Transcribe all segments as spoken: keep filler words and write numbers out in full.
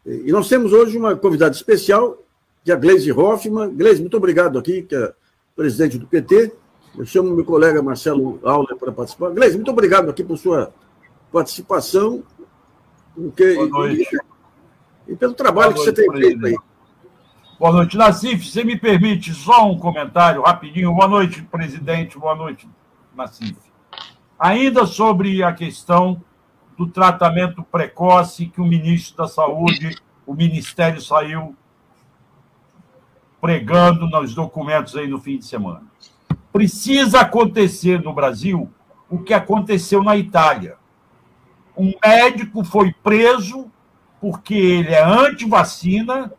E nós temos hoje uma convidada especial, que é a Gleisi Hoffmann. Gleisi, muito obrigado aqui, que é presidente do P T. Eu chamo meu colega Marcelo Auler para participar. Gleisi, muito obrigado aqui por sua participação. Porque, Boa noite. E, e pelo trabalho Boa que noite, você tem feito aí. Boa noite. Nassif, você me permite só um comentário rapidinho? Boa noite, presidente. Boa noite, Nassif. Ainda sobre a questão do tratamento precoce que o ministro da Saúde, o Ministério saiu pregando nos documentos aí no fim de semana. Precisa acontecer no Brasil o que aconteceu na Itália. Um médico foi preso porque ele é anti-vacina,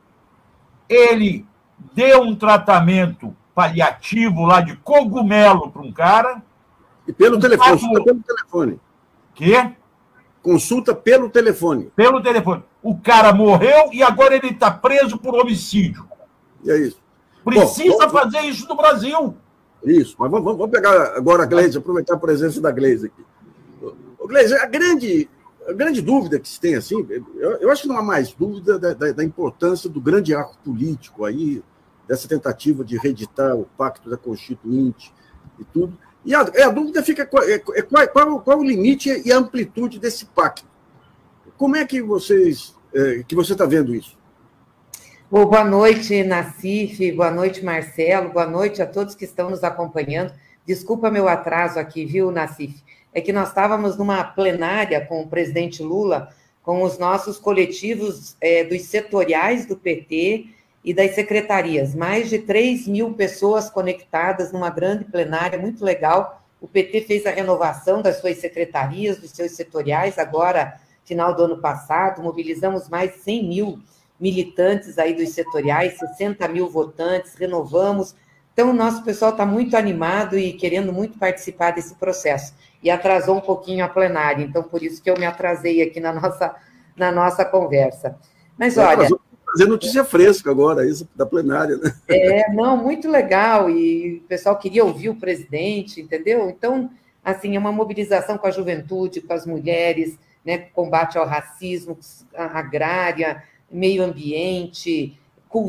ele deu um tratamento paliativo lá de cogumelo para um cara. E pelo telefone, consulta pelo telefone. Quê? Consulta pelo telefone. Pelo telefone. O cara morreu e agora ele está preso por homicídio. E é isso. Precisa Bom, vamos... fazer isso no Brasil. Isso, mas vamos, vamos pegar agora a Gleisi, aproveitar a presença da Gleisi aqui. Gleisi, a grande, a grande dúvida que se tem, assim, eu, eu acho que não há mais dúvida da, da, da importância do grande arco político aí, dessa tentativa de reeditar o Pacto da Constituinte e tudo. E a, a dúvida fica qual, é, qual, qual, qual o limite e a amplitude desse pacto. Como é que vocês é, que você está vendo isso? Bom, boa noite, Nassif, boa noite, Marcelo, boa noite a todos que estão nos acompanhando. Desculpa meu atraso aqui, viu, Nassif? É que nós estávamos numa plenária com o presidente Lula, com os nossos coletivos é, dos setoriais do P T e das secretarias. Mais de três mil pessoas conectadas numa grande plenária, muito legal. O P T fez a renovação das suas secretarias, dos seus setoriais, agora, final do ano passado, mobilizamos mais de cem mil militantes aí dos setoriais, sessenta mil votantes, renovamos. Então, o nosso pessoal está muito animado e querendo muito participar desse processo. E atrasou um pouquinho a plenária, então, por isso que eu me atrasei aqui na nossa, na nossa conversa. Mas, olha... Atrasou fazer notícia fresca agora, isso da plenária, né? É, não, muito legal, e o pessoal queria ouvir o presidente, entendeu? Então, assim, é uma mobilização com a juventude, com as mulheres, né, combate ao racismo, agrária, meio ambiente,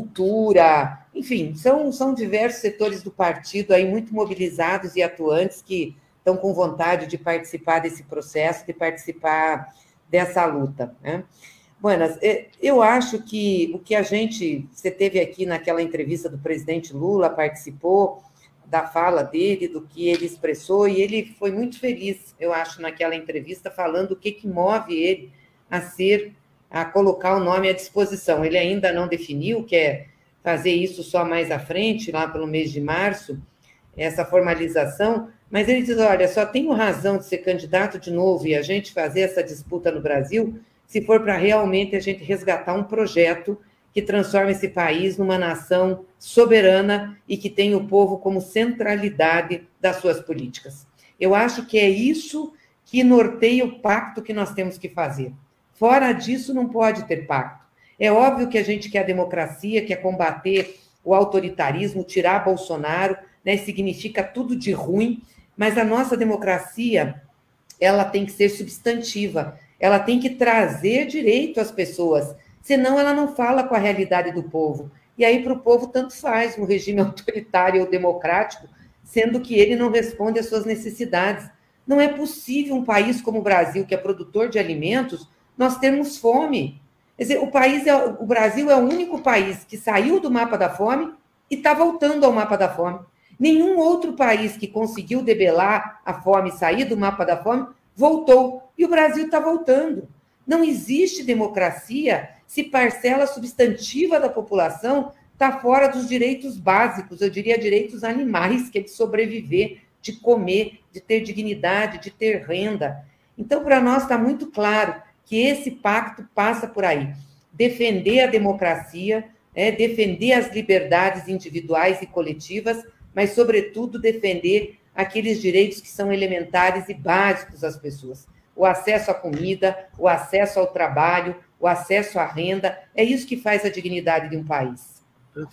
cultura, enfim, são, são diversos setores do partido aí muito mobilizados e atuantes que estão com vontade de participar desse processo, de participar dessa luta, né? Buenas, eu acho que o que a gente, você teve aqui naquela entrevista do presidente Lula, participou da fala dele, do que ele expressou, e ele foi muito feliz, eu acho, naquela entrevista, falando o que, que move ele a ser, a colocar o nome à disposição. Ele ainda não definiu, quer fazer isso só mais à frente, lá pelo mês de março, essa formalização, mas ele diz, olha, só tenho razão de ser candidato de novo e a gente fazer essa disputa no Brasil se for para realmente a gente resgatar um projeto que transforme esse país numa nação soberana e que tenha o povo como centralidade das suas políticas. Eu acho que é isso que norteia o pacto que nós temos que fazer. Fora disso, não pode ter pacto. É óbvio que a gente quer a democracia, quer combater o autoritarismo, tirar Bolsonaro, né, significa tudo de ruim, mas a nossa democracia, ela tem que ser substantiva, ela tem que trazer direito às pessoas, senão ela não fala com a realidade do povo. E aí, para o povo, tanto faz um regime autoritário ou democrático, sendo que ele não responde às suas necessidades. Não é possível um país como o Brasil, que é produtor de alimentos, nós termos fome. Quer dizer, o, país é, o Brasil é o único país que saiu do mapa da fome e está voltando ao mapa da fome. Nenhum outro país que conseguiu debelar a fome e sair do mapa da fome voltou. E o Brasil está voltando. Não existe democracia se parcela substantiva da população está fora dos direitos básicos, eu diria direitos animais, que é de sobreviver, de comer, de ter dignidade, de ter renda. Então, para nós está muito claro que esse pacto passa por aí. Defender a democracia, é, defender as liberdades individuais e coletivas, mas, sobretudo, defender aqueles direitos que são elementares e básicos às pessoas. O acesso à comida, o acesso ao trabalho, o acesso à renda, é isso que faz a dignidade de um país.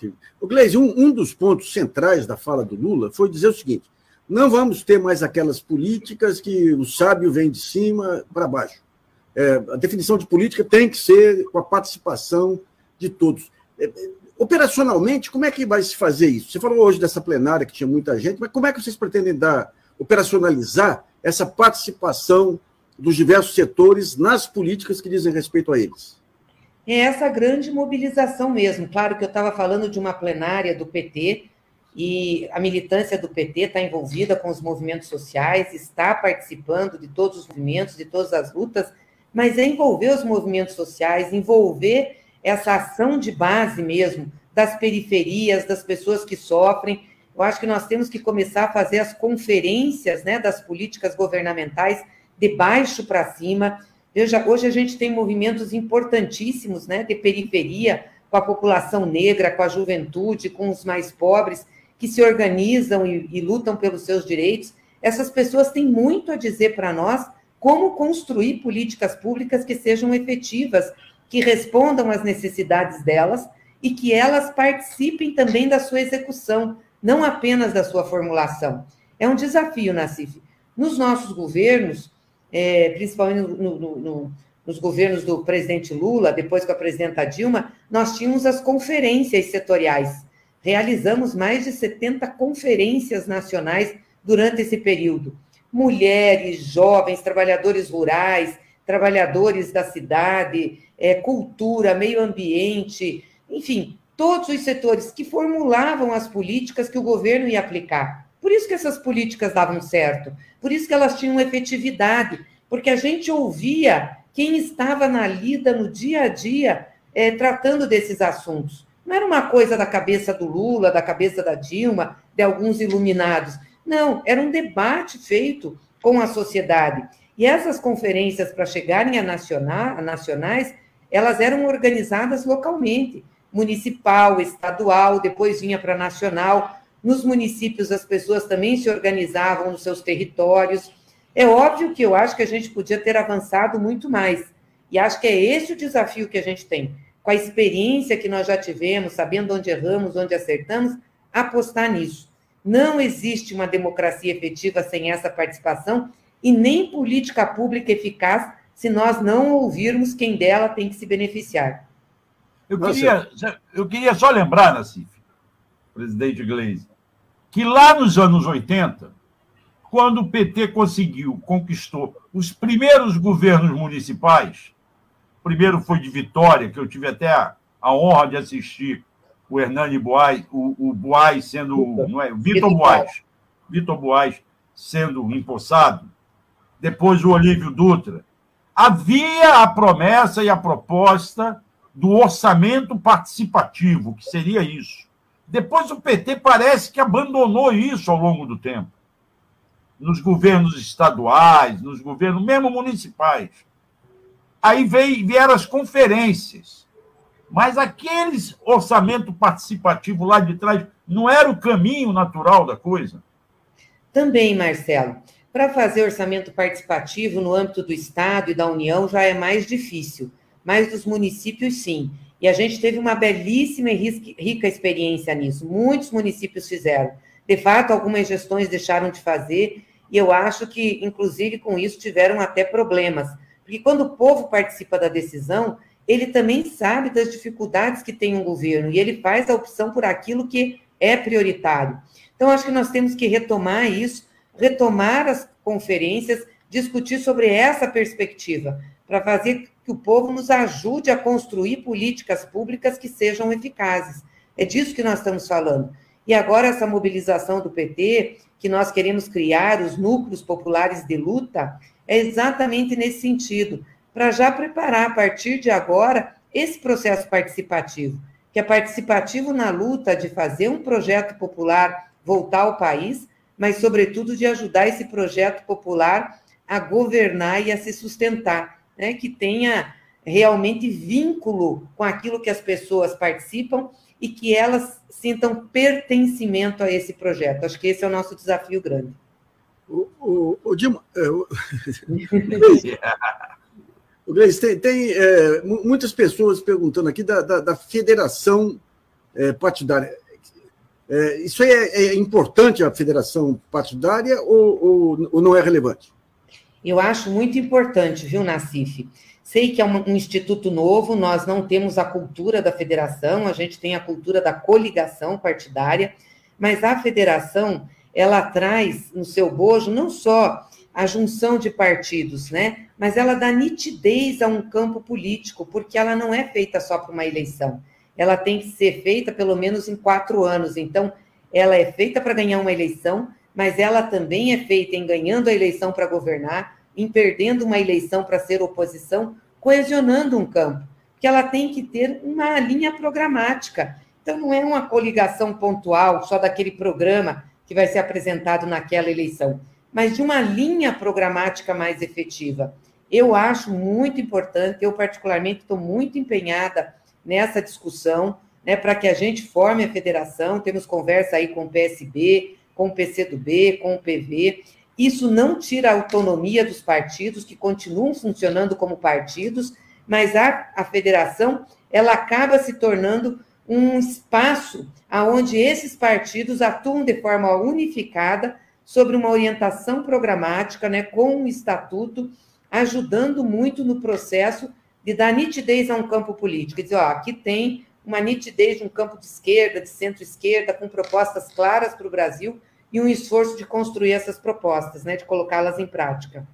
O Gleisi, um, um dos pontos centrais da fala do Lula foi dizer o seguinte: não vamos ter mais aquelas políticas que o sábio vem de cima para baixo. É, a definição de política tem que ser com a participação de todos. É, operacionalmente, como é que vai se fazer isso? Você falou hoje dessa plenária que tinha muita gente, mas como é que vocês pretendem dar, operacionalizar essa participação dos diversos setores nas políticas que dizem respeito a eles? É essa grande mobilização mesmo. Claro que eu estava falando de uma plenária do P T, e a militância do P T está envolvida com os movimentos sociais, está participando de todos os movimentos, de todas as lutas, mas é envolver os movimentos sociais, envolver essa ação de base mesmo, das periferias, das pessoas que sofrem. Eu acho que nós temos que começar a fazer as conferências, né, das políticas governamentais de baixo para cima. Veja, hoje a gente tem movimentos importantíssimos, né, de periferia, com a população negra, com a juventude, com os mais pobres, que se organizam e, e lutam pelos seus direitos. Essas pessoas têm muito a dizer para nós como construir políticas públicas que sejam efetivas, que respondam às necessidades delas e que elas participem também da sua execução, não apenas da sua formulação. É um desafio, Nassif. Nos nossos governos, é, principalmente no, no, no, nos governos do presidente Lula, depois com a presidenta Dilma, nós tínhamos as conferências setoriais. Realizamos mais de setenta conferências nacionais durante esse período. Mulheres, jovens, trabalhadores rurais, trabalhadores da cidade, é, cultura, meio ambiente, enfim, todos os setores que formulavam as políticas que o governo ia aplicar. Por isso que essas políticas davam certo, por isso que elas tinham efetividade, porque a gente ouvia quem estava na lida, no dia a dia, é, tratando desses assuntos. Não era uma coisa da cabeça do Lula, da cabeça da Dilma, de alguns iluminados. Não, era um debate feito com a sociedade. E essas conferências, para chegarem a, nacional, a nacionais, elas eram organizadas localmente, municipal, estadual, depois vinha para nacional. Nos municípios, as pessoas também se organizavam nos seus territórios. É óbvio que eu acho que a gente podia ter avançado muito mais. E acho que é esse o desafio que a gente tem. Com a experiência que nós já tivemos, sabendo onde erramos, onde acertamos, apostar nisso. Não existe uma democracia efetiva sem essa participação e nem política pública eficaz se nós não ouvirmos quem dela tem que se beneficiar. Eu queria, eu queria só lembrar, Nassif, presidente Gleisi, que lá nos anos oitenta, quando o P T conseguiu, conquistou os primeiros governos municipais, o primeiro foi de Vitória, que eu tive até a, a honra de assistir o Hernani Buais, o, o Buais sendo, não é, o Vitor Buais, Vitor Buais sendo empossado, depois o Olívio Dutra. Havia a promessa e a proposta do orçamento participativo, que seria isso. Depois o P T parece que abandonou isso ao longo do tempo. Nos governos estaduais, nos governos mesmo municipais. Aí veio, vieram as conferências. Mas aquele orçamento participativo lá de trás não era o caminho natural da coisa? Também, Marcelo. Para fazer orçamento participativo no âmbito do Estado e da União já é mais difícil, mas dos municípios, sim. E a gente teve uma belíssima e rica experiência nisso. Muitos municípios fizeram. De fato, algumas gestões deixaram de fazer, e eu acho que, inclusive, com isso tiveram até problemas. Porque quando o povo participa da decisão, ele também sabe das dificuldades que tem um governo, e ele faz a opção por aquilo que é prioritário. Então, acho que nós temos que retomar isso, retomar as conferências, discutir sobre essa perspectiva, para fazer que o povo nos ajude a construir políticas públicas que sejam eficazes. É disso que nós estamos falando. E agora essa mobilização do P T, que nós queremos criar os núcleos populares de luta, é exatamente nesse sentido, para já preparar, a partir de agora, esse processo participativo, que é participativo na luta de fazer um projeto popular voltar ao país, mas, sobretudo, de ajudar esse projeto popular a governar e a se sustentar, né? Que tenha realmente vínculo com aquilo que as pessoas participam e que elas sintam pertencimento a esse projeto. Acho que esse é o nosso desafio grande. O, o, o Dilma... É, o... o Gleisi, tem, tem é, muitas pessoas perguntando aqui da, da, da federação é, partidária. É, isso é, é importante, a federação partidária, ou, ou, ou não é relevante? Eu acho muito importante, viu, Nassif? Sei que é um, um instituto novo, nós não temos a cultura da federação, a gente tem a cultura da coligação partidária, mas a federação, ela traz no seu bojo não só a junção de partidos, né? Mas ela dá nitidez a um campo político, porque ela não é feita só para uma eleição. Ela tem que ser feita pelo menos em quatro anos. Então, ela é feita para ganhar uma eleição, mas ela também é feita em ganhando a eleição para governar, em perdendo uma eleição para ser oposição, coesionando um campo, porque ela tem que ter uma linha programática. Então, não é uma coligação pontual, só daquele programa que vai ser apresentado naquela eleição, mas de uma linha programática mais efetiva. Eu acho muito importante, eu particularmente estou muito empenhada nessa discussão, né, para que a gente forme a federação, temos conversa aí com o P S B, com o P C do B, com o P V. Isso não tira a autonomia dos partidos, que continuam funcionando como partidos, mas a, a federação, ela acaba se tornando um espaço onde esses partidos atuam de forma unificada sobre uma orientação programática, né, com um estatuto, ajudando muito no processo de dar nitidez a um campo político. Dizer, ó, aqui tem uma nitidez de um campo de esquerda, de centro-esquerda, com propostas claras para o Brasil e um esforço de construir essas propostas, né, de colocá-las em prática.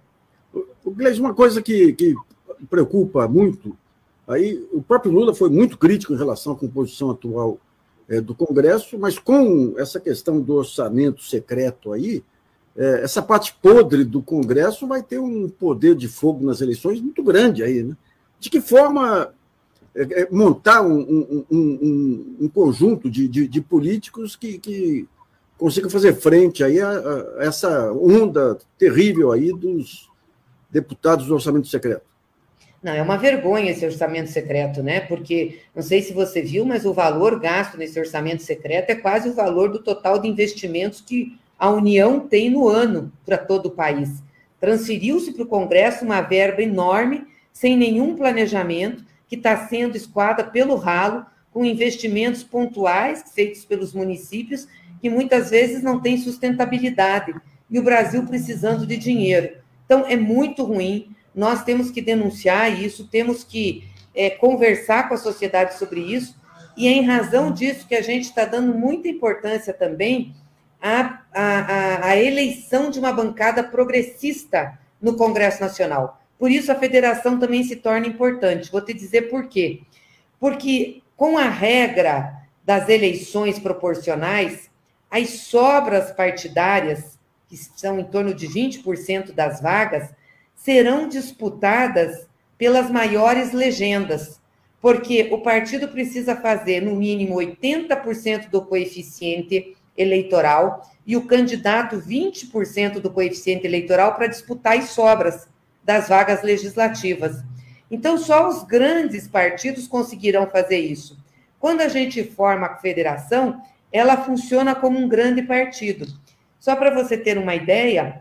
O Gleisi, uma coisa que, que preocupa muito, aí o próprio Lula foi muito crítico em relação à composição atual é, do Congresso, mas com essa questão do orçamento secreto aí, é, essa parte podre do Congresso vai ter um poder de fogo nas eleições muito grande aí, né? De que forma é, é, montar um, um, um, um conjunto de, de, de políticos que, que consigam fazer frente aí a, a essa onda terrível aí dos deputados do orçamento secreto? Não, é uma vergonha esse orçamento secreto, né? Porque, não sei se você viu, mas o valor gasto nesse orçamento secreto é quase o valor do total de investimentos que a União tem no ano para todo o país. Transferiu-se para o Congresso uma verba enorme, sem nenhum planejamento, que está sendo escoada pelo ralo, com investimentos pontuais feitos pelos municípios, que muitas vezes não têm sustentabilidade, e o Brasil precisando de dinheiro. Então, é muito ruim. Nós temos que denunciar isso, temos que é, conversar com a sociedade sobre isso, e é em razão disso que a gente está dando muita importância também à, à, à eleição de uma bancada progressista no Congresso Nacional. Por isso, a federação também se torna importante. Vou te dizer por quê. Porque, com a regra das eleições proporcionais, as sobras partidárias, que são em torno de vinte por cento das vagas, serão disputadas pelas maiores legendas, porque o partido precisa fazer, no mínimo, oitenta por cento do coeficiente eleitoral e o candidato vinte por cento do coeficiente eleitoral para disputar as sobras das vagas legislativas. Então, só os grandes partidos conseguirão fazer isso. Quando a gente forma a federação, ela funciona como um grande partido. Só para você ter uma ideia,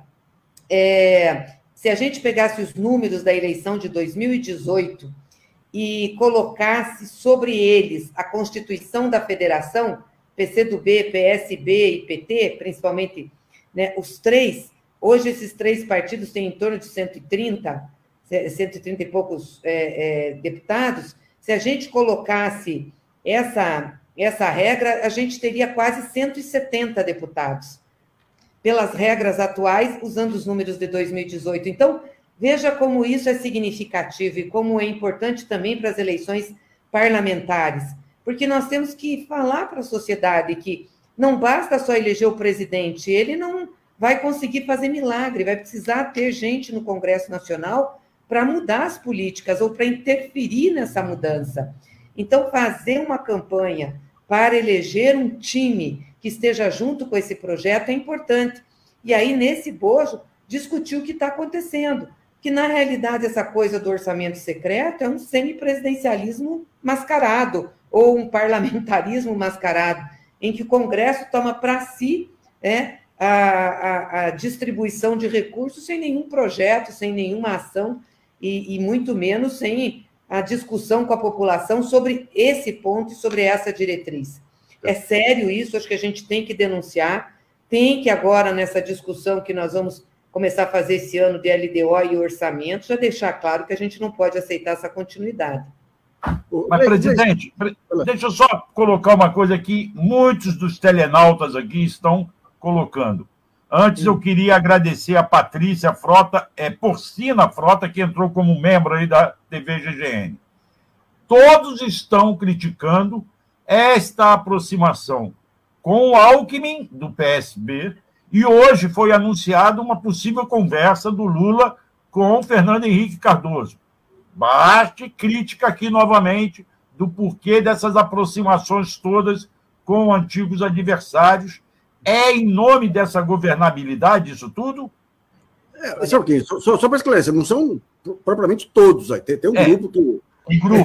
é... se a gente pegasse os números da eleição de dois mil e dezoito e colocasse sobre eles a constituição da federação, P C do B, P S B e P T, principalmente, né, os três, hoje esses três partidos têm em torno de cento e trinta, cento e trinta e poucos é, é, deputados. Se a gente colocasse essa, essa regra, a gente teria quase cento e setenta deputados, pelas regras atuais, usando os números de dois mil e dezoito. Então, veja como isso é significativo e como é importante também para as eleições parlamentares, porque nós temos que falar para a sociedade que não basta só eleger o presidente, ele não vai conseguir fazer milagre, vai precisar ter gente no Congresso Nacional para mudar as políticas ou para interferir nessa mudança. Então, fazer uma campanha para eleger um time que esteja junto com esse projeto é importante. E aí, nesse bojo, discutir o que está acontecendo, que, na realidade, essa coisa do orçamento secreto é um semipresidencialismo mascarado, ou um parlamentarismo mascarado, em que o Congresso toma para si é, a, a, a distribuição de recursos sem nenhum projeto, sem nenhuma ação, e, e muito menos sem a discussão com a população sobre esse ponto e sobre essa diretriz. É sério isso, acho que a gente tem que denunciar, tem que agora, nessa discussão que nós vamos começar a fazer esse ano de L D O e orçamento, já deixar claro que a gente não pode aceitar essa continuidade. Mas, presidente, deixa eu só colocar uma coisa que muitos dos telenautas aqui estão colocando. Antes, eu queria agradecer a Patrícia Frota, é, Porcina Frota, que entrou como membro aí da T V G G N. Todos estão criticando esta aproximação com o Alckmin, do P S B, e hoje foi anunciada uma possível conversa do Lula com Fernando Henrique Cardoso. Bate crítica aqui novamente do porquê dessas aproximações todas com antigos adversários. É em nome dessa governabilidade isso tudo? É, só, só, só, só para esclarecer, não são propriamente todos aí. Tem, tem um é, grupo que. Um grupo.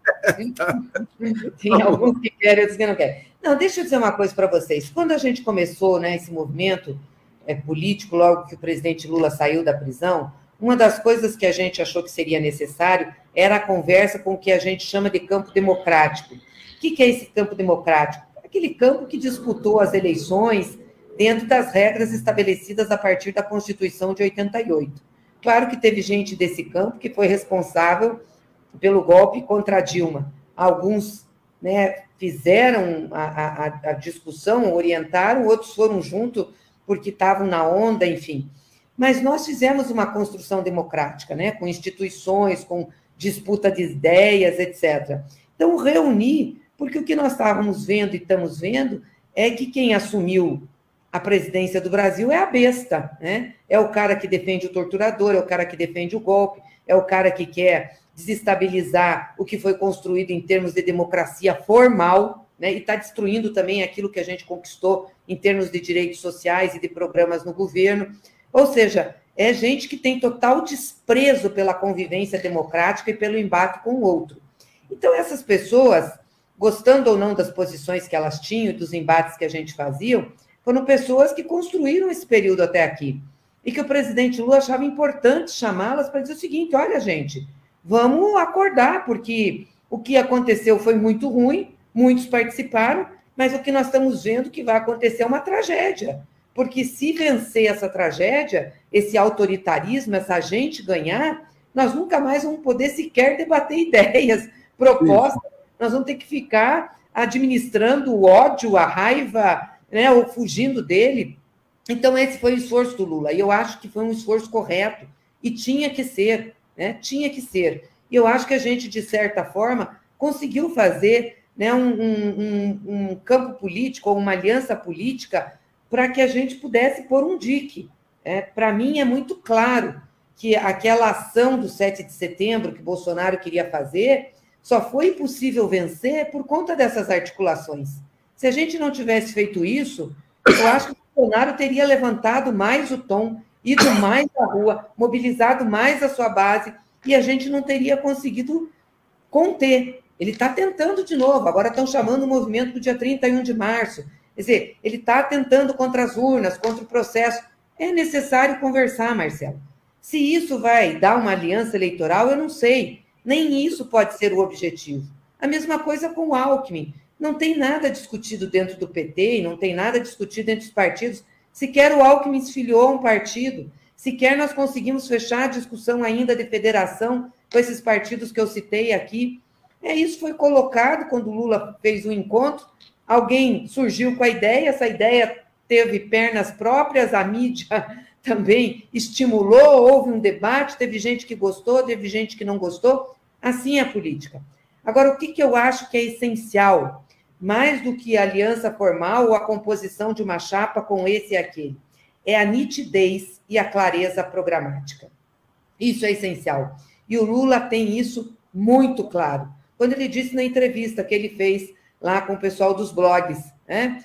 Tem alguns que querem, outros que não querem. Não, deixa eu dizer uma coisa para vocês. Quando a gente começou, né, esse movimento é, político, logo que o presidente Lula saiu da prisão, uma das coisas que a gente achou que seria necessário era a conversa com o que a gente chama de campo democrático. O que é esse campo democrático? Aquele campo que disputou as eleições dentro das regras estabelecidas a partir da Constituição de oitenta e oito. Claro que teve gente desse campo que foi responsável pelo golpe contra a Dilma. Alguns, né, fizeram a, a, a discussão, orientaram, outros foram junto porque estavam na onda, enfim. Mas nós fizemos uma construção democrática, né, com instituições, com disputa de ideias, etcétera. Então, reunir, porque o que nós estávamos vendo e estamos vendo é que quem assumiu a presidência do Brasil é a besta, né? É o cara que defende o torturador, é o cara que defende o golpe, é o cara que quer desestabilizar o que foi construído em termos de democracia formal, né? E está destruindo também aquilo que a gente conquistou em termos de direitos sociais e de programas no governo. Ou seja, é gente que tem total desprezo pela convivência democrática e pelo embate com o outro. Então, essas pessoas, gostando ou não das posições que elas tinham e dos embates que a gente fazia, foram pessoas que construíram esse período até aqui. E que o presidente Lula achava importante chamá-las para dizer o seguinte: olha, gente, vamos acordar, porque o que aconteceu foi muito ruim, muitos participaram, mas o que nós estamos vendo que vai acontecer é uma tragédia. Porque se vencer essa tragédia, esse autoritarismo, essa gente ganhar, nós nunca mais vamos poder sequer debater ideias, propostas, Isso. Nós vamos ter que ficar administrando o ódio, a raiva, né, ou fugindo dele. Então, esse foi o esforço do Lula, e eu acho que foi um esforço correto, e tinha que ser, né, tinha que ser. E eu acho que a gente, de certa forma, conseguiu fazer, né, um, um, um campo político, ou uma aliança política, para que a gente pudesse pôr um dique. É, para mim, é muito claro que aquela ação do sete de setembro que Bolsonaro queria fazer só foi possível vencer por conta dessas articulações. Se a gente não tivesse feito isso, eu acho que o Bolsonaro teria levantado mais o tom, ido mais à rua, mobilizado mais a sua base, e a gente não teria conseguido conter. Ele está tentando de novo, agora estão chamando o movimento do dia trinta e um de março. Quer dizer, ele está tentando contra as urnas, contra o processo. É necessário conversar, Marcelo. Se isso vai dar uma aliança eleitoral, eu não sei. Nem isso pode ser o objetivo. A mesma coisa com o Alckmin. Não tem nada discutido dentro do P T, não tem nada discutido entre os partidos. Sequer o Alckmin se filiou a um partido. Sequer nós conseguimos fechar a discussão ainda de federação com esses partidos que eu citei aqui. É, isso foi colocado quando o Lula fez o encontro. Alguém surgiu com a ideia, essa ideia teve pernas próprias, a mídia também estimulou, houve um debate, teve gente que gostou, teve gente que não gostou. Assim é a política. Agora, o que, que eu acho que é essencial, mais do que a aliança formal ou a composição de uma chapa com esse e aquele, é a nitidez e a clareza programática. Isso é essencial. E o Lula tem isso muito claro. Quando ele disse na entrevista que ele fez lá com o pessoal dos blogs, né?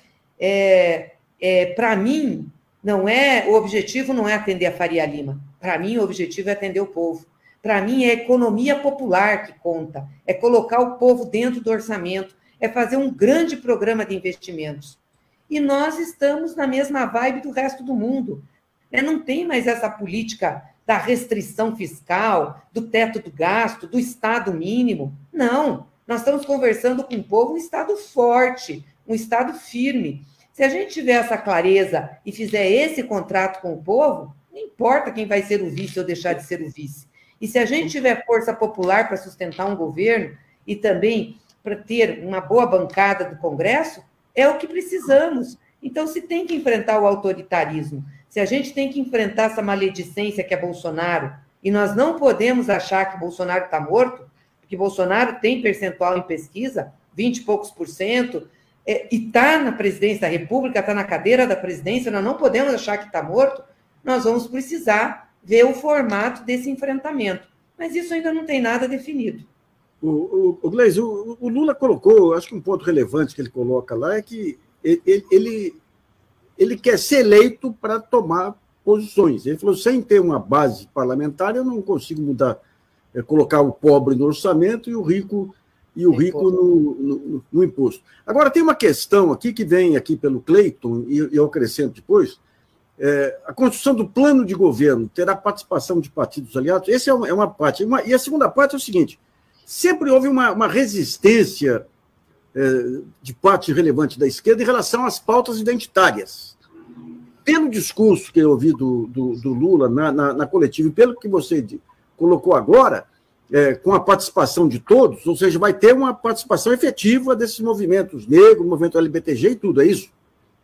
É, é, para mim, não é, o objetivo não é atender a Faria Lima. Para mim, o objetivo é atender o povo. Para mim, é a economia popular que conta, é colocar o povo dentro do orçamento, é fazer um grande programa de investimentos. E nós estamos na mesma vibe do resto do mundo. Né? Não tem mais essa política da restrição fiscal, do teto do gasto, do Estado mínimo. Não, nós estamos conversando com o povo um Estado forte, um Estado firme. Se a gente tiver essa clareza e fizer esse contrato com o povo, Não importa quem vai ser o vice ou deixar de ser o vice. E se a gente tiver força popular para sustentar um governo e também para ter uma boa bancada do Congresso, é o que precisamos. Então, se tem que enfrentar o autoritarismo, se a gente tem que enfrentar essa maledicência que é Bolsonaro, e nós não podemos achar que Bolsonaro está morto, porque Bolsonaro tem percentual em pesquisa, vinte e poucos por cento, é, e está na presidência da República, está na cadeira da presidência, nós não podemos achar que está morto, nós vamos precisar ver o formato desse enfrentamento. Mas isso ainda não tem nada definido. O, o, o Gleisi, o, o Lula colocou, acho que um ponto relevante que ele coloca lá é que ele, ele, ele quer ser eleito para tomar posições. Ele falou, sem ter uma base parlamentar, eu não consigo mudar, é, colocar o pobre no orçamento e o rico, e o rico no, no, no imposto. Agora, tem uma questão aqui que vem aqui pelo Cleiton, e eu acrescento depois, é, a construção do plano de governo terá participação de partidos aliados? Essa é uma, é uma parte. Uma, e a segunda parte é o seguinte, sempre houve uma, uma resistência é, de parte relevante da esquerda em relação às pautas identitárias. Pelo discurso que eu ouvi do, do, do Lula na, na, na coletiva, e pelo que você colocou agora, é, com a participação de todos, ou seja, vai ter uma participação efetiva desses movimentos negros, movimento L G B T G e tudo, é isso?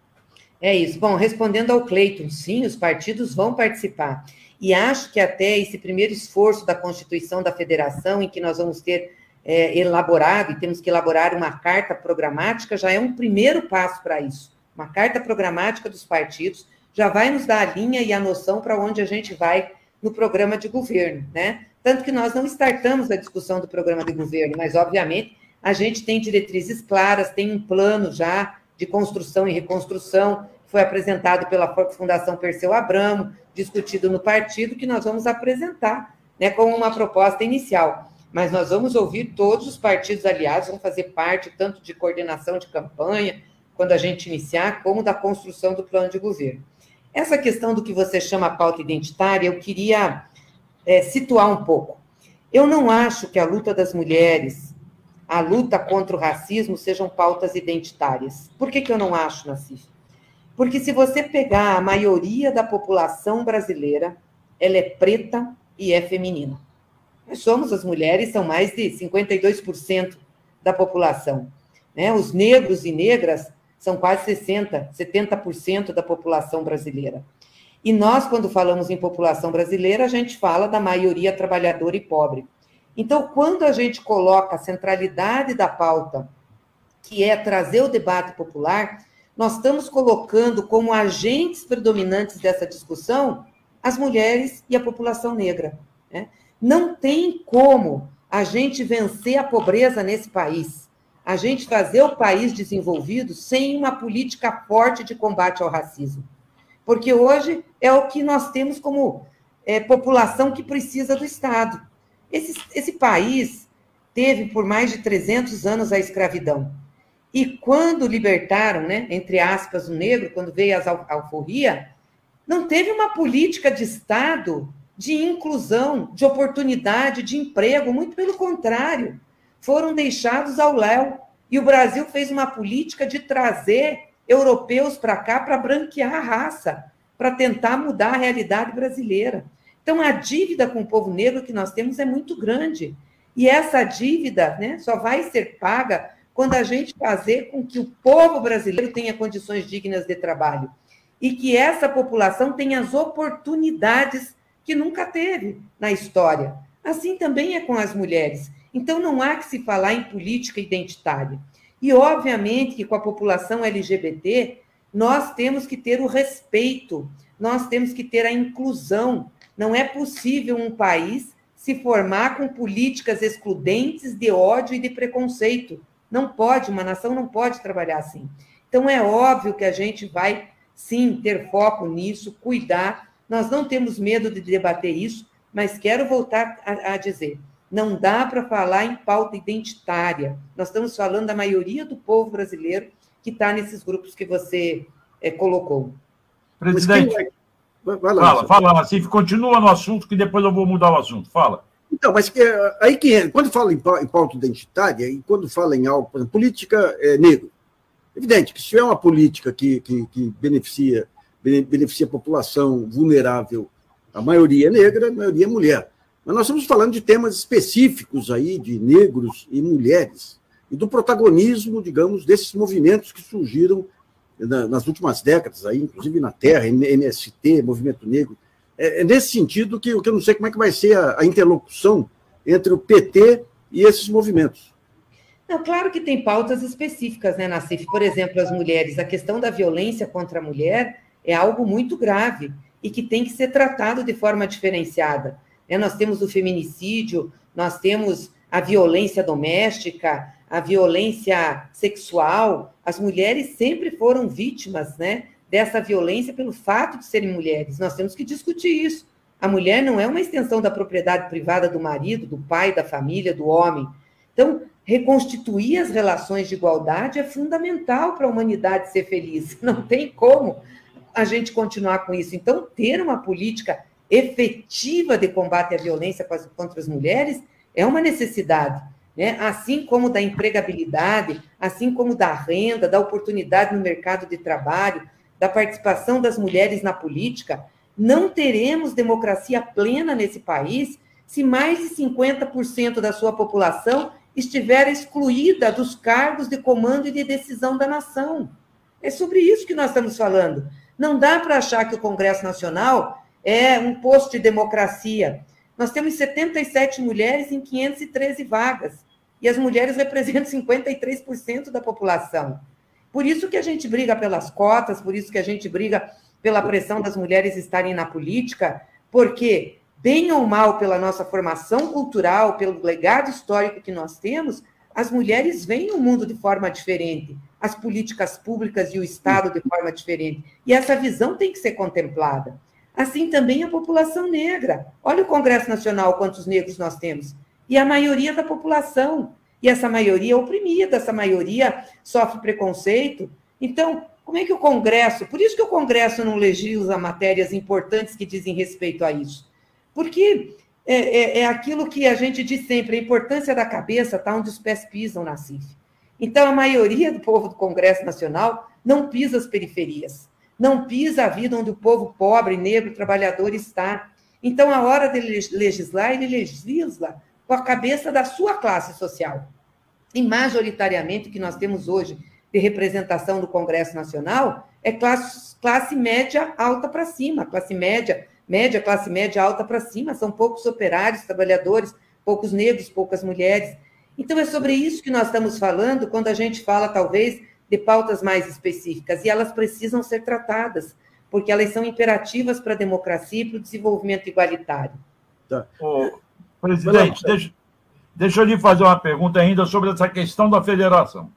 É isso. Bom, respondendo ao Cleiton, sim, os partidos vão participar. E acho que até esse primeiro esforço da Constituição da Federação, em que nós vamos ter é, elaborado, e temos que elaborar uma carta programática, já é um primeiro passo para isso. Uma carta programática dos partidos já vai nos dar a linha e a noção para onde a gente vai no programa de governo, né? Tanto que nós não startamos a discussão do programa de governo, mas, obviamente, a gente tem diretrizes claras, tem um plano já de construção e reconstrução, que foi apresentado pela Fundação Perseu Abramo, discutido no partido, que nós vamos apresentar, né, como uma proposta inicial. Mas nós vamos ouvir todos os partidos aliados, vão fazer parte tanto de coordenação de campanha, quando a gente iniciar, como da construção do plano de governo. Essa questão do que você chama pauta identitária, eu queria é, situar um pouco. Eu não acho que a luta das mulheres, a luta contra o racismo sejam pautas identitárias. Por que que eu não acho, Nassif? Porque se você pegar a maioria da população brasileira, ela é preta e é feminina. Nós somos, as mulheres, são mais de cinquenta e dois por cento da população. Né? Os negros e negras são quase sessenta por cento, setenta por cento da população brasileira. E nós, quando falamos em população brasileira, a gente fala da maioria trabalhadora e pobre. Então, quando a gente coloca a centralidade da pauta, que é trazer o debate popular, nós estamos colocando como agentes predominantes dessa discussão as mulheres e a população negra. Né? Não tem como a gente vencer a pobreza nesse país, a gente fazer o país desenvolvido sem uma política forte de combate ao racismo. Porque hoje é o que nós temos como é, população que precisa do Estado. Esse, esse país teve por mais de trezentos anos a escravidão. E quando libertaram, né, entre aspas, o negro, quando veio a alforria, não teve uma política de Estado de inclusão, de oportunidade, de emprego, muito pelo contrário, foram deixados ao léu. E o Brasil fez uma política de trazer europeus para cá para branquear a raça, para tentar mudar a realidade brasileira. Então, a dívida com o povo negro que nós temos é muito grande. E essa dívida, né, só vai ser paga quando a gente fazer com que o povo brasileiro tenha condições dignas de trabalho e que essa população tenha as oportunidades que nunca teve na história. Assim também é com as mulheres. Então, não há que se falar em política identitária. E, obviamente, que com a população L G B T, nós temos que ter o respeito, nós temos que ter a inclusão. Não é possível um país se formar com políticas excludentes de ódio e de preconceito. Não pode, uma nação não pode trabalhar assim. Então, é óbvio que a gente vai, sim, ter foco nisso, cuidar. Nós não temos medo de debater isso, mas quero voltar a, a dizer, não dá para falar em pauta identitária. Nós estamos falando da maioria do povo brasileiro que está nesses grupos que você é, colocou. Presidente, vai, vai lá, fala, fala, Nassif, continua no assunto, que depois eu vou mudar o assunto. Fala. Então, mas que, aí que quando fala em pauta identitária, e quando fala em algo, por exemplo, política é, negro, evidente que se é uma política que, que, que beneficia, beneficia a população vulnerável A maioria é negra, a maioria é mulher. Mas nós estamos falando de temas específicos aí, de negros e mulheres, e do protagonismo, digamos, desses movimentos que surgiram nas últimas décadas, aí, inclusive na Terra, M S T, Movimento Negro. É, é nesse sentido que, que eu não sei como é que vai ser a, a interlocução entre o P T e esses movimentos. Não, claro que tem pautas específicas, né, Nassif? Por exemplo, as mulheres, a questão da violência contra a mulher é algo muito grave e que tem que ser tratado de forma diferenciada. Né? Nós temos o feminicídio, nós temos a violência doméstica, a violência sexual. As mulheres sempre foram vítimas, né, dessa violência pelo fato de serem mulheres. Nós temos que discutir isso. A mulher não é uma extensão da propriedade privada do marido, do pai, da família, do homem. Então, reconstituir as relações de igualdade é fundamental para a humanidade ser feliz. Não tem como a gente continuar com isso. Então, ter uma política efetiva de combate à violência contra as mulheres é uma necessidade, né? Assim como da empregabilidade, assim como da renda, da oportunidade no mercado de trabalho, da participação das mulheres na política. Não teremos democracia plena nesse país se mais de cinquenta por cento da sua população estiver excluída dos cargos de comando e de decisão da nação. É sobre isso que nós estamos falando. Não dá para achar que o Congresso Nacional é um posto de democracia. Nós temos setenta e sete mulheres em quinhentas e treze vagas, e as mulheres representam cinquenta e três por cento da população. Por isso que a gente briga pelas cotas, por isso que a gente briga pela pressão das mulheres estarem na política, porque, bem ou mal, pela nossa formação cultural, pelo legado histórico que nós temos, as mulheres veem o mundo de forma diferente, as políticas públicas e o Estado de forma diferente. E essa visão tem que ser contemplada. Assim também a população negra. Olha o Congresso Nacional, quantos negros nós temos. E a maioria da população. E essa maioria é oprimida, essa maioria sofre preconceito. Então, como é que o Congresso... Por isso que o Congresso não legisla matérias importantes que dizem respeito a isso. Porque é, é, é aquilo que a gente diz sempre, a importância da cabeça está onde os pés pisam, Nassif. Então, a maioria do povo do Congresso Nacional não pisa as periferias, não pisa a vida onde o povo pobre, negro, trabalhador está. Então, a hora de legislar, ele legisla com a cabeça da sua classe social. E, majoritariamente, o que nós temos hoje de representação do Congresso Nacional é classe, classe média alta para cima, classe média, média, classe média alta para cima, são poucos operários, trabalhadores, poucos negros, poucas mulheres. Então, é sobre isso que nós estamos falando quando a gente fala, talvez, de pautas mais específicas, e elas precisam ser tratadas, porque elas são imperativas para a democracia e para o desenvolvimento igualitário. Tá. Ô, presidente, deixa, deixa eu lhe fazer uma pergunta ainda sobre essa questão da federação.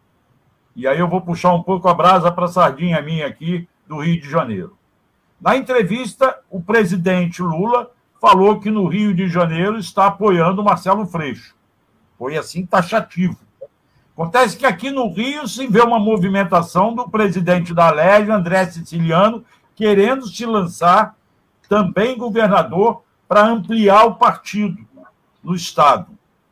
E aí eu vou puxar um pouco a brasa para a sardinha minha aqui do Rio de Janeiro. Na entrevista, o presidente Lula falou que no Rio de Janeiro está apoiando o Marcelo Freixo. Foi assim taxativo. Acontece que aqui no Rio se vê uma movimentação do presidente da Alerj, André Siciliano, querendo se lançar também governador para ampliar o partido no Estado.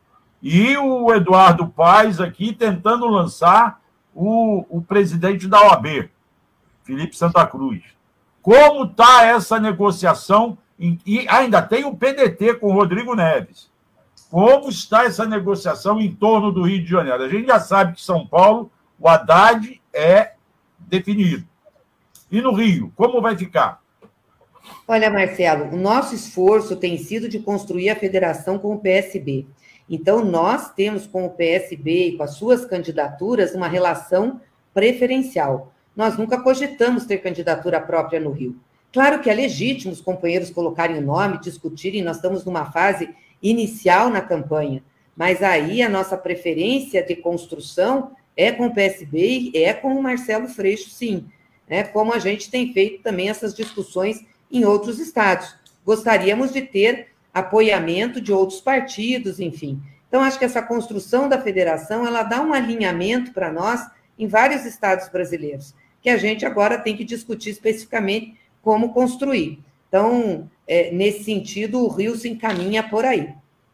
E o Eduardo Paes aqui tentando lançar o, o presidente da O A B, Felipe Santa Cruz. Como está essa negociação? E ainda tem o P D T com o Rodrigo Neves. Como está essa negociação em torno do Rio de Janeiro? A gente já sabe que São Paulo, o Haddad é definido. E no Rio, como vai ficar? Olha, Marcelo, o nosso esforço tem sido de construir a federação com o P S B. Então, nós temos com o P S B e com as suas candidaturas uma relação preferencial. Nós nunca cogitamos ter candidatura própria no Rio. Claro que é legítimo os companheiros colocarem o nome, discutirem, nós estamos numa fase inicial na campanha, mas aí a nossa preferência de construção é com o P S B e é com o Marcelo Freixo, sim, né? Como a gente tem feito também essas discussões em outros estados. Gostaríamos de ter apoiamento de outros partidos, enfim. Então, acho que essa construção da federação, ela dá um alinhamento para nós em vários estados brasileiros, que a gente agora tem que discutir especificamente como construir. Então, é, nesse sentido, o Rio se encaminha por aí.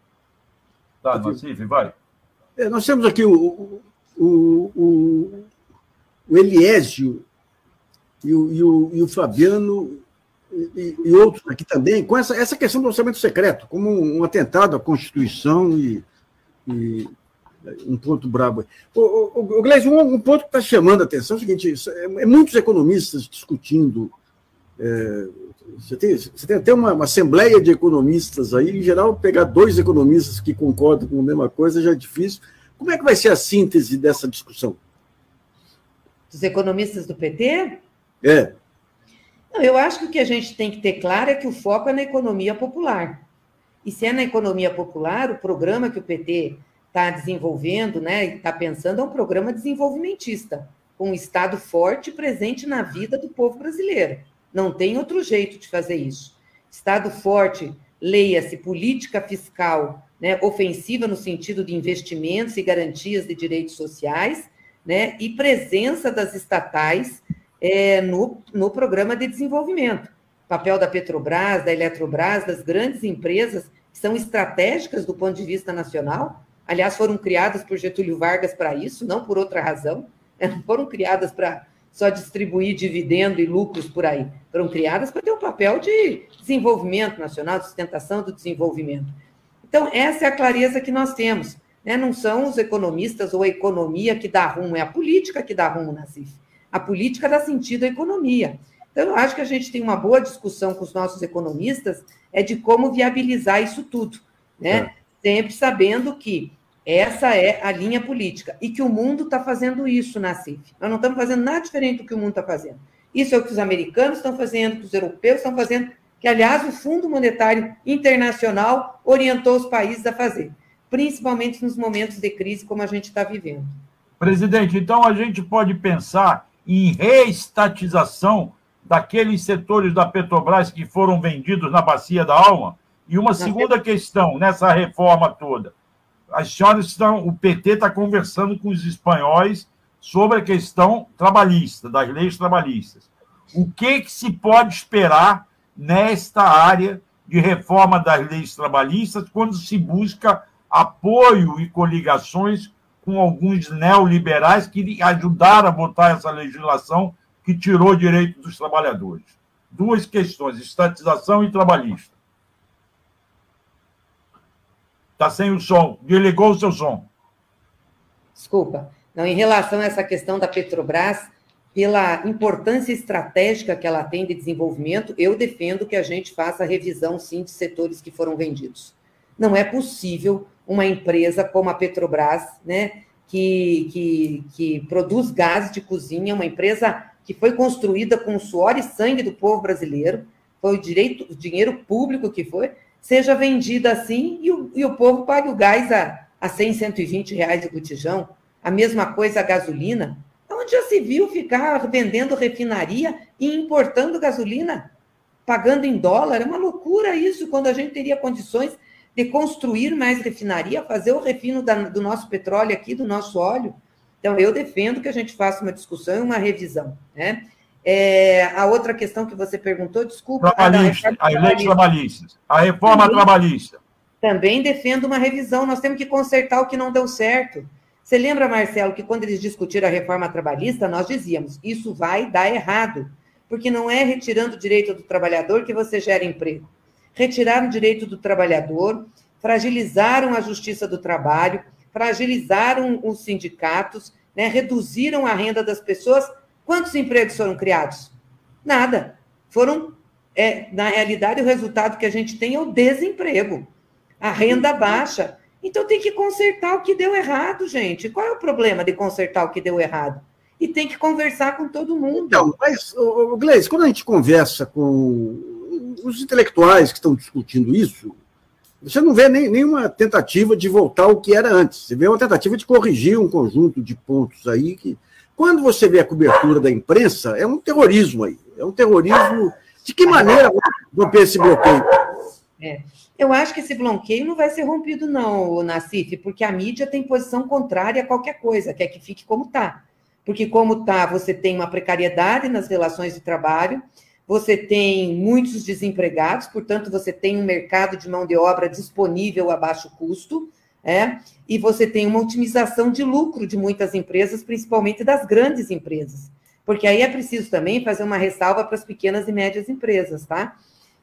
Tá, Nassif, vai. É, nós temos aqui o, o, o, o Eliésio e o, e, o, e o Fabiano e, e outros aqui também, com essa, essa questão do orçamento secreto, como um, um atentado à Constituição e, e um ponto brabo. O, o, o Gleisi, um, um ponto que está chamando a atenção é o seguinte, é, é muitos economistas discutindo, é, você, tem, você tem até uma, uma assembleia de economistas aí, em geral, pegar dois economistas que concordam com a mesma coisa já é difícil. Como é que vai ser a síntese dessa discussão? Dos economistas do P T? É. Não, eu acho que o que a gente tem que ter claro é que o foco é na economia popular. E se é na economia popular, o programa que o P T está desenvolvendo, né, e está pensando, é um programa desenvolvimentista, com um Estado forte e presente na vida do povo brasileiro. Não tem outro jeito de fazer isso. Estado forte, leia-se política fiscal, né, ofensiva no sentido de investimentos e garantias de direitos sociais, né, e presença das estatais é, no, no programa de desenvolvimento. O papel da Petrobras, da Eletrobras, das grandes empresas que são estratégicas do ponto de vista nacional, aliás, foram criadas por Getúlio Vargas para isso, não por outra razão, né, não foram criadas para só distribuir dividendo e lucros por aí, foram criadas para ter um papel de desenvolvimento nacional, de sustentação do desenvolvimento. Então, essa é a clareza que nós temos, né? Não são os economistas ou a economia que dá rumo, é a política que dá rumo, Nassif. A política dá sentido à economia. Então, eu acho que a gente tem uma boa discussão com os nossos economistas é de como viabilizar isso tudo, né? É. Sempre sabendo que essa é a linha política e que o mundo está fazendo isso, Nassif. Nós não estamos fazendo nada diferente do que o mundo está fazendo. Isso é o que os americanos estão fazendo, que os europeus estão fazendo, que, aliás, o Fundo Monetário Internacional orientou os países a fazer, principalmente nos momentos de crise como a gente está vivendo. Presidente, então a gente pode pensar em reestatização daqueles setores da Petrobras que foram vendidos na bacia da alma? E uma segunda questão nessa reforma toda. As senhoras estão, o P T está conversando com os espanhóis sobre a questão trabalhista, das leis trabalhistas. O que, que se pode esperar nesta área de reforma das leis trabalhistas quando se busca apoio e coligações com alguns neoliberais que ajudaram a botar essa legislação que tirou o direito dos trabalhadores? Duas questões, estatização e trabalhista. Está sem o som. Desligou o seu som. Desculpa. Não, em relação a essa questão da Petrobras, pela importância estratégica que ela tem de desenvolvimento, eu defendo que a gente faça a revisão, sim, de setores que foram vendidos. Não é possível uma empresa como a Petrobras, né, que, que, que produz gás de cozinha, uma empresa que foi construída com o suor e sangue do povo brasileiro, foi o, direito, o dinheiro público que foi, seja vendida assim e o, e o povo pague o gás a, a cem, cento e vinte reais de botijão. A mesma coisa a gasolina. Onde já se viu ficar vendendo refinaria e importando gasolina, pagando em dólar? É uma loucura isso, quando a gente teria condições de construir mais refinaria, fazer o refino da, do nosso petróleo aqui, do nosso óleo. Então, eu defendo que a gente faça uma discussão e uma revisão, né? É, a outra questão que você perguntou, desculpa... Trabalhista, as leis trabalhistas. A reforma também, trabalhista. Também defendo uma revisão. Nós temos que consertar o que não deu certo. Você lembra, Marcelo, que quando eles discutiram a reforma trabalhista, nós dizíamos, isso vai dar errado, porque não é retirando o direito do trabalhador que você gera emprego. Retiraram o direito do trabalhador, fragilizaram a justiça do trabalho, fragilizaram os sindicatos, né, reduziram a renda das pessoas. Quantos empregos foram criados? Nada. Foram, é, na realidade, o resultado que a gente tem é o desemprego, a renda baixa. Então, tem que consertar o que deu errado, gente. Qual é o problema de consertar o que deu errado? E tem que conversar com todo mundo. Então, mas, Gleisi, quando a gente conversa com os intelectuais que estão discutindo isso, você não vê nem, nenhuma tentativa de voltar ao que era antes. Você vê uma tentativa de corrigir um conjunto de pontos aí que... Quando você vê a cobertura da imprensa, é um terrorismo aí. É um terrorismo... De que maneira romper esse bloqueio? É. Eu acho que esse bloqueio não vai ser rompido, não, Nassif, porque a mídia tem posição contrária a qualquer coisa, quer que fique como está. Porque como está, você tem uma precariedade nas relações de trabalho, você tem muitos desempregados, portanto, você tem um mercado de mão de obra disponível a baixo custo, é, e você tem uma otimização de lucro de muitas empresas, principalmente das grandes empresas. porque aí é preciso também fazer uma ressalva para as pequenas e médias empresas, tá?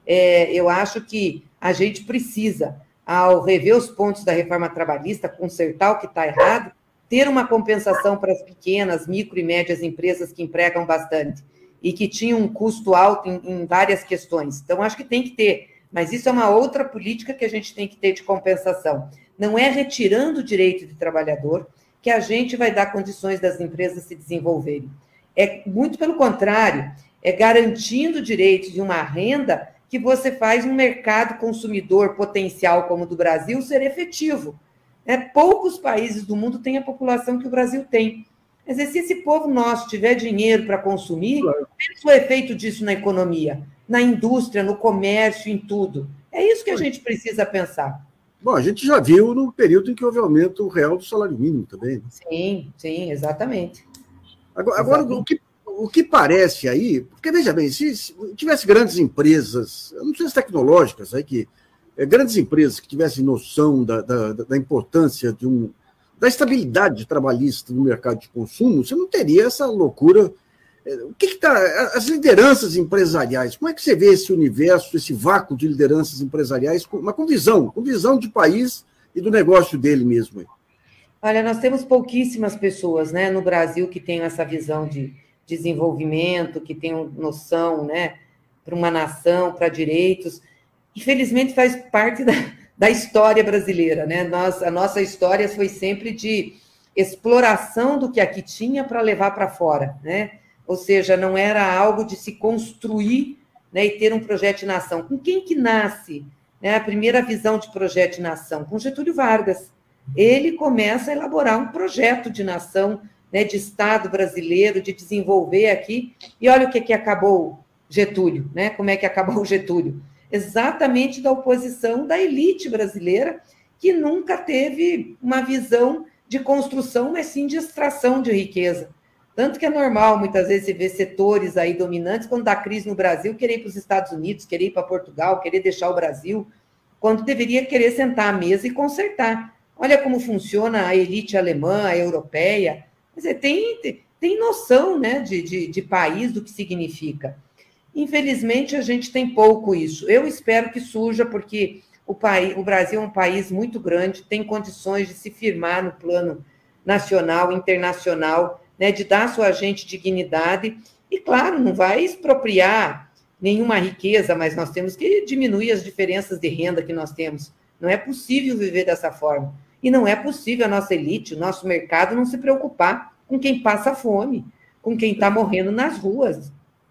É, eu acho que a gente precisa, ao rever os pontos da reforma trabalhista, consertar o que está errado, ter uma compensação para as pequenas, micro e médias empresas que empregam bastante e que tinham um custo alto em, em várias questões. Então, acho que tem que ter, mas isso é uma outra política que a gente tem que ter de compensação. Não é retirando o direito do trabalhador que a gente vai dar condições das empresas se desenvolverem. É muito pelo contrário, é garantindo o direito de uma renda que você faz um mercado consumidor potencial como o do Brasil ser efetivo. É, poucos países do mundo têm a população que o Brasil tem. Quer dizer, se esse povo nosso tiver dinheiro para consumir, Claro. pensa o efeito disso na economia, na indústria, no comércio, em tudo. É isso que a gente precisa pensar. Bom, a gente já viu no período em que houve aumento real do salário mínimo também. Né? Sim, sim, exatamente. Agora, agora o, que, o que parece aí, porque veja bem, se, se tivesse grandes empresas, eu não sei se tecnológicas, aí que, é, grandes empresas que tivessem noção da, da, da importância de um, da estabilidade trabalhista no mercado de consumo, você não teria essa loucura. O que está. As lideranças empresariais, como é que você vê esse universo, esse vácuo de lideranças empresariais, mas com visão, com visão de país e do negócio dele mesmo? Olha, nós temos pouquíssimas pessoas, né, no Brasil que tenham essa visão de desenvolvimento, que tenham noção, né, para uma nação, para direitos. Infelizmente, faz parte da, da história brasileira, né? Nós, a nossa história foi sempre de exploração do que aqui tinha para levar para fora, né? Ou seja, não era algo de se construir, né, e ter um projeto de nação. Com quem que nasce, né, a primeira visão de projeto de nação? Com Getúlio Vargas. Ele começa a elaborar um projeto de nação, né, de Estado brasileiro, de desenvolver aqui. E olha o que, que acabou Getúlio, né? Como é que acabou Getúlio? Exatamente da oposição da elite brasileira, que nunca teve uma visão de construção, mas sim de extração de riqueza. Tanto que é normal, muitas vezes, você ver setores aí dominantes, quando dá crise no Brasil, querer ir para os Estados Unidos, querer ir para Portugal, querer deixar o Brasil, quando deveria querer sentar à mesa e consertar. Olha como funciona a elite alemã, a europeia. Quer dizer, tem, tem noção, né, de, de, de país, do que significa. Infelizmente, a gente tem pouco isso. Eu espero que surja, porque o, país, o Brasil é um país muito grande, tem condições de se firmar no plano nacional, internacional, né, de dar à sua gente dignidade, e, claro, não vai expropriar nenhuma riqueza, mas nós temos que diminuir as diferenças de renda que nós temos. Não é possível viver dessa forma. E não é possível a nossa elite, o nosso mercado, não se preocupar com quem passa fome, com quem está morrendo nas ruas.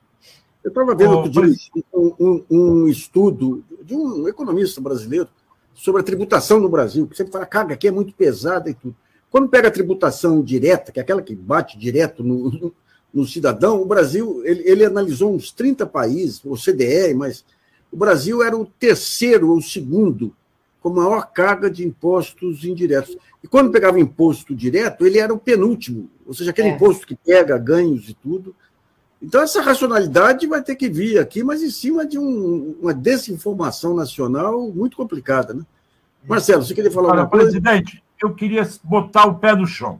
Eu estava vendo outro dia um, um, um estudo de um economista brasileiro sobre a tributação no Brasil, que sempre fala, carga aqui é muito pesada e tudo. Quando pega a tributação direta, que é aquela que bate direto no, no, no cidadão, o Brasil, ele, ele analisou uns trinta países, o O C D E, mas o Brasil era o terceiro ou o segundo com maior carga de impostos indiretos. E quando pegava imposto direto, ele era o penúltimo, ou seja, aquele é. imposto que pega ganhos e tudo. Então, essa racionalidade vai ter que vir aqui, mas em cima de um, uma desinformação nacional muito complicada, né? Marcelo, você queria falar Olha, alguma coisa? Presidente, eu queria botar o pé no chão.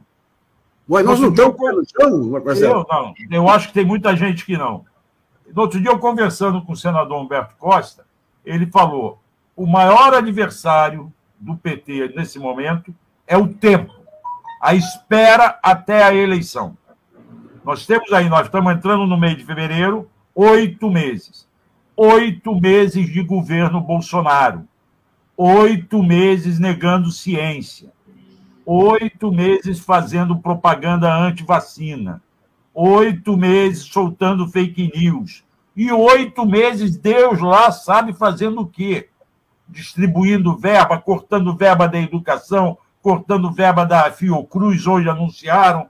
Ué, nós não estamos com o pé no chão, Marcelo? Eu não, eu acho que tem muita gente que não. No outro dia, eu conversando com o senador Humberto Costa, ele falou, o maior adversário do P T nesse momento é o tempo, a espera até a eleição. Nós temos aí, nós estamos entrando no mês de fevereiro, oito meses. Oito meses de governo Bolsonaro. Oito meses negando ciência. Oito meses fazendo propaganda anti-vacina. Oito meses soltando fake news. E oito meses, Deus lá sabe fazendo o quê? Distribuindo verba, cortando verba da educação, cortando verba da Fiocruz, hoje anunciaram.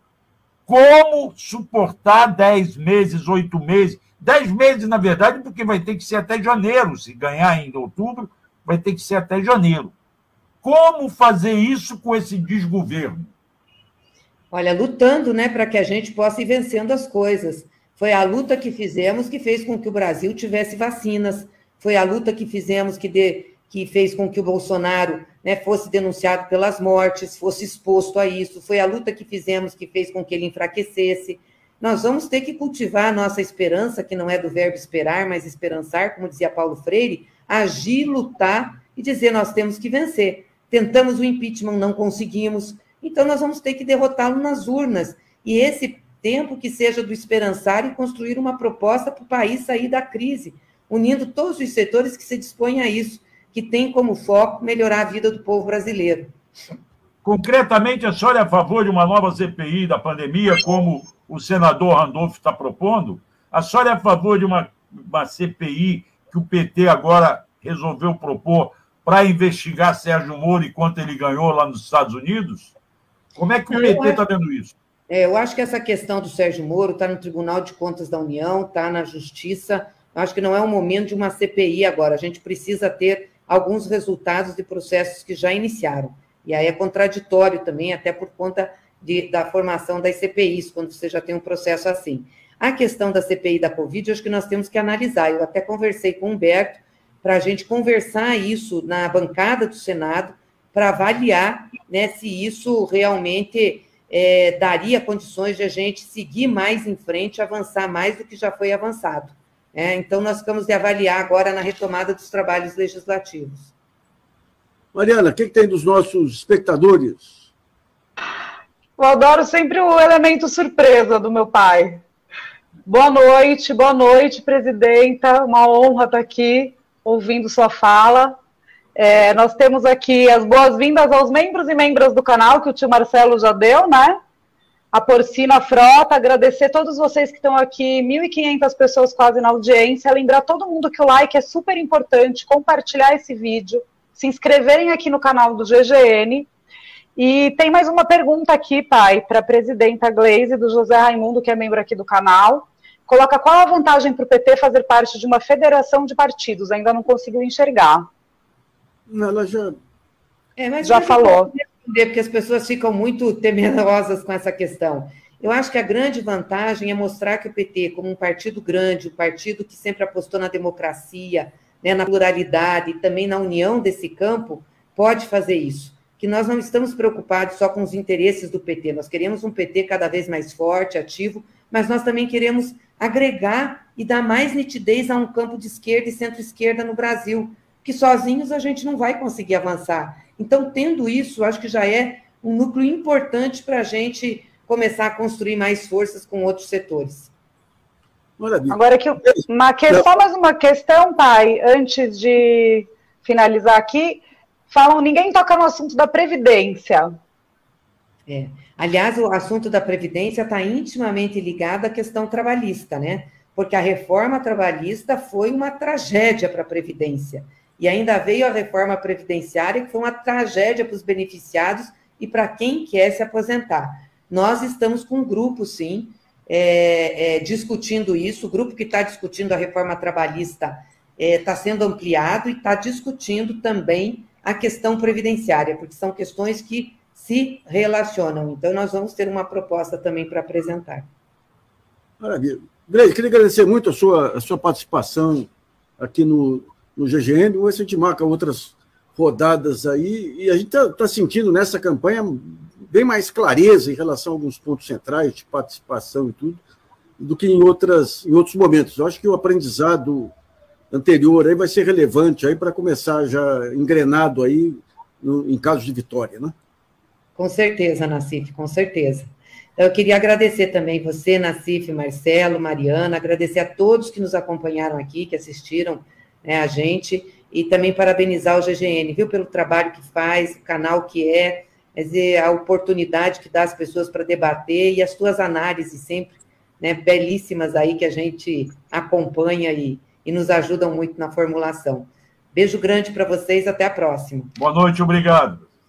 Como suportar dez meses, oito meses? Dez meses, na verdade, porque vai ter que ser até janeiro. Se ganhar em outubro, vai ter que ser até janeiro. Como fazer isso com esse desgoverno? Olha, lutando, né, para que a gente possa ir vencendo as coisas. Foi a luta que fizemos que fez com que o Brasil tivesse vacinas. Foi a luta que fizemos que, de, que fez com que o Bolsonaro, né, fosse denunciado pelas mortes, fosse exposto a isso. Foi a luta que fizemos que fez com que ele enfraquecesse. nós vamos ter que cultivar a nossa esperança, que não é do verbo esperar, mas esperançar, como dizia Paulo Freire, agir, lutar e dizer nós temos que vencer. Tentamos o impeachment, não conseguimos, então nós vamos ter que derrotá-lo nas urnas. E esse tempo que seja do esperançar e construir uma proposta para o país sair da crise, unindo todos os setores que se dispõem a isso, que tem como foco melhorar a vida do povo brasileiro. Concretamente, a senhora é a favor de uma nova C P I da pandemia, como o senador Randolph está propondo? A senhora é a favor de uma, uma C P I que o P T agora resolveu propor para investigar Sérgio Moro e quanto ele ganhou lá nos Estados Unidos? Como é que o P T está vendo isso? É, eu acho que essa questão do Sérgio Moro está no Tribunal de Contas da União, está na Justiça. Eu acho que não é o momento de uma C P I agora. A gente precisa ter alguns resultados de processos que já iniciaram. E aí é contraditório também, até por conta de, da formação das C P Is, quando você já tem um processo assim. A questão da C P I da Covid, eu acho que nós temos que analisar. Eu até conversei com o Humberto para a gente conversar isso na bancada do Senado, para avaliar, né, se isso realmente é, daria condições de a gente seguir mais em frente, avançar mais do que já foi avançado. É, então, nós ficamos de avaliar agora na retomada dos trabalhos legislativos. Mariana, o que, que tem dos nossos espectadores? Eu adoro sempre o elemento surpresa do meu pai. Boa noite, boa noite, presidenta. Uma honra estar aqui ouvindo sua fala. É, nós temos aqui as boas-vindas aos membros e membras do canal, que o tio Marcelo já deu, né? A Porcina Frota, agradecer a todos vocês que estão aqui, mil e quinhentas pessoas quase na audiência, lembrar todo mundo que o like é super importante, compartilhar esse vídeo, se inscreverem aqui no canal do G G N. E tem mais uma pergunta aqui, pai, para a presidenta Gleisi, do José Raimundo, que é membro aqui do canal. Coloca qual a vantagem para o P T fazer parte de uma federação de partidos? Ainda não conseguiu enxergar. Ela já, é, mas já falou. Porque as pessoas ficam muito temerosas com essa questão. Eu acho que a grande vantagem é mostrar que o P T, como um partido grande, um partido que sempre apostou na democracia, né, na pluralidade e também na união desse campo, pode fazer isso. Que nós não estamos preocupados só com os interesses do P T, nós queremos um P T cada vez mais forte, ativo, mas nós também queremos agregar e dar mais nitidez a um campo de esquerda e centro-esquerda no Brasil, que sozinhos a gente não vai conseguir avançar. Então, tendo isso, acho que já é um núcleo importante para a gente começar a construir mais forças com outros setores. Maravilha. Agora, que uma questão, só mais uma questão, pai, antes de finalizar aqui, falam, ninguém toca no assunto da Previdência. É. Aliás, o assunto da Previdência está intimamente ligado à questão trabalhista, né? Porque a reforma trabalhista foi uma tragédia para a Previdência. E ainda veio a reforma previdenciária, que foi uma tragédia para os beneficiados e para quem quer se aposentar. Nós estamos com um grupo, sim, é, é, discutindo isso. O grupo que está discutindo a reforma trabalhista está é, sendo ampliado e está discutindo também a questão previdenciária, porque são questões que se relacionam. Então, nós vamos ter uma proposta também para apresentar. Maravilha. Gleisi, queria agradecer muito a sua, a sua participação aqui no, no G G N. Vamos ver se a gente marca outras rodadas aí. E a gente está tá sentindo nessa campanha bem mais clareza em relação a alguns pontos centrais de participação e tudo, do que em, outras, em outros momentos. Eu acho que o aprendizado anterior aí vai ser relevante aí para começar já engrenado aí no, em casos de vitória, né? Com certeza, Nassif, com certeza. Eu queria agradecer também você, Nassif, Marcelo, Mariana, agradecer a todos que nos acompanharam aqui, que assistiram, né, a gente, e também parabenizar o G G N, viu, pelo trabalho que faz, o canal que é, quer dizer, a oportunidade que dá às pessoas para debater e as suas análises sempre, né, belíssimas aí que a gente acompanha e, e nos ajudam muito na formulação. Beijo grande para vocês, até a próxima. Boa noite, obrigado.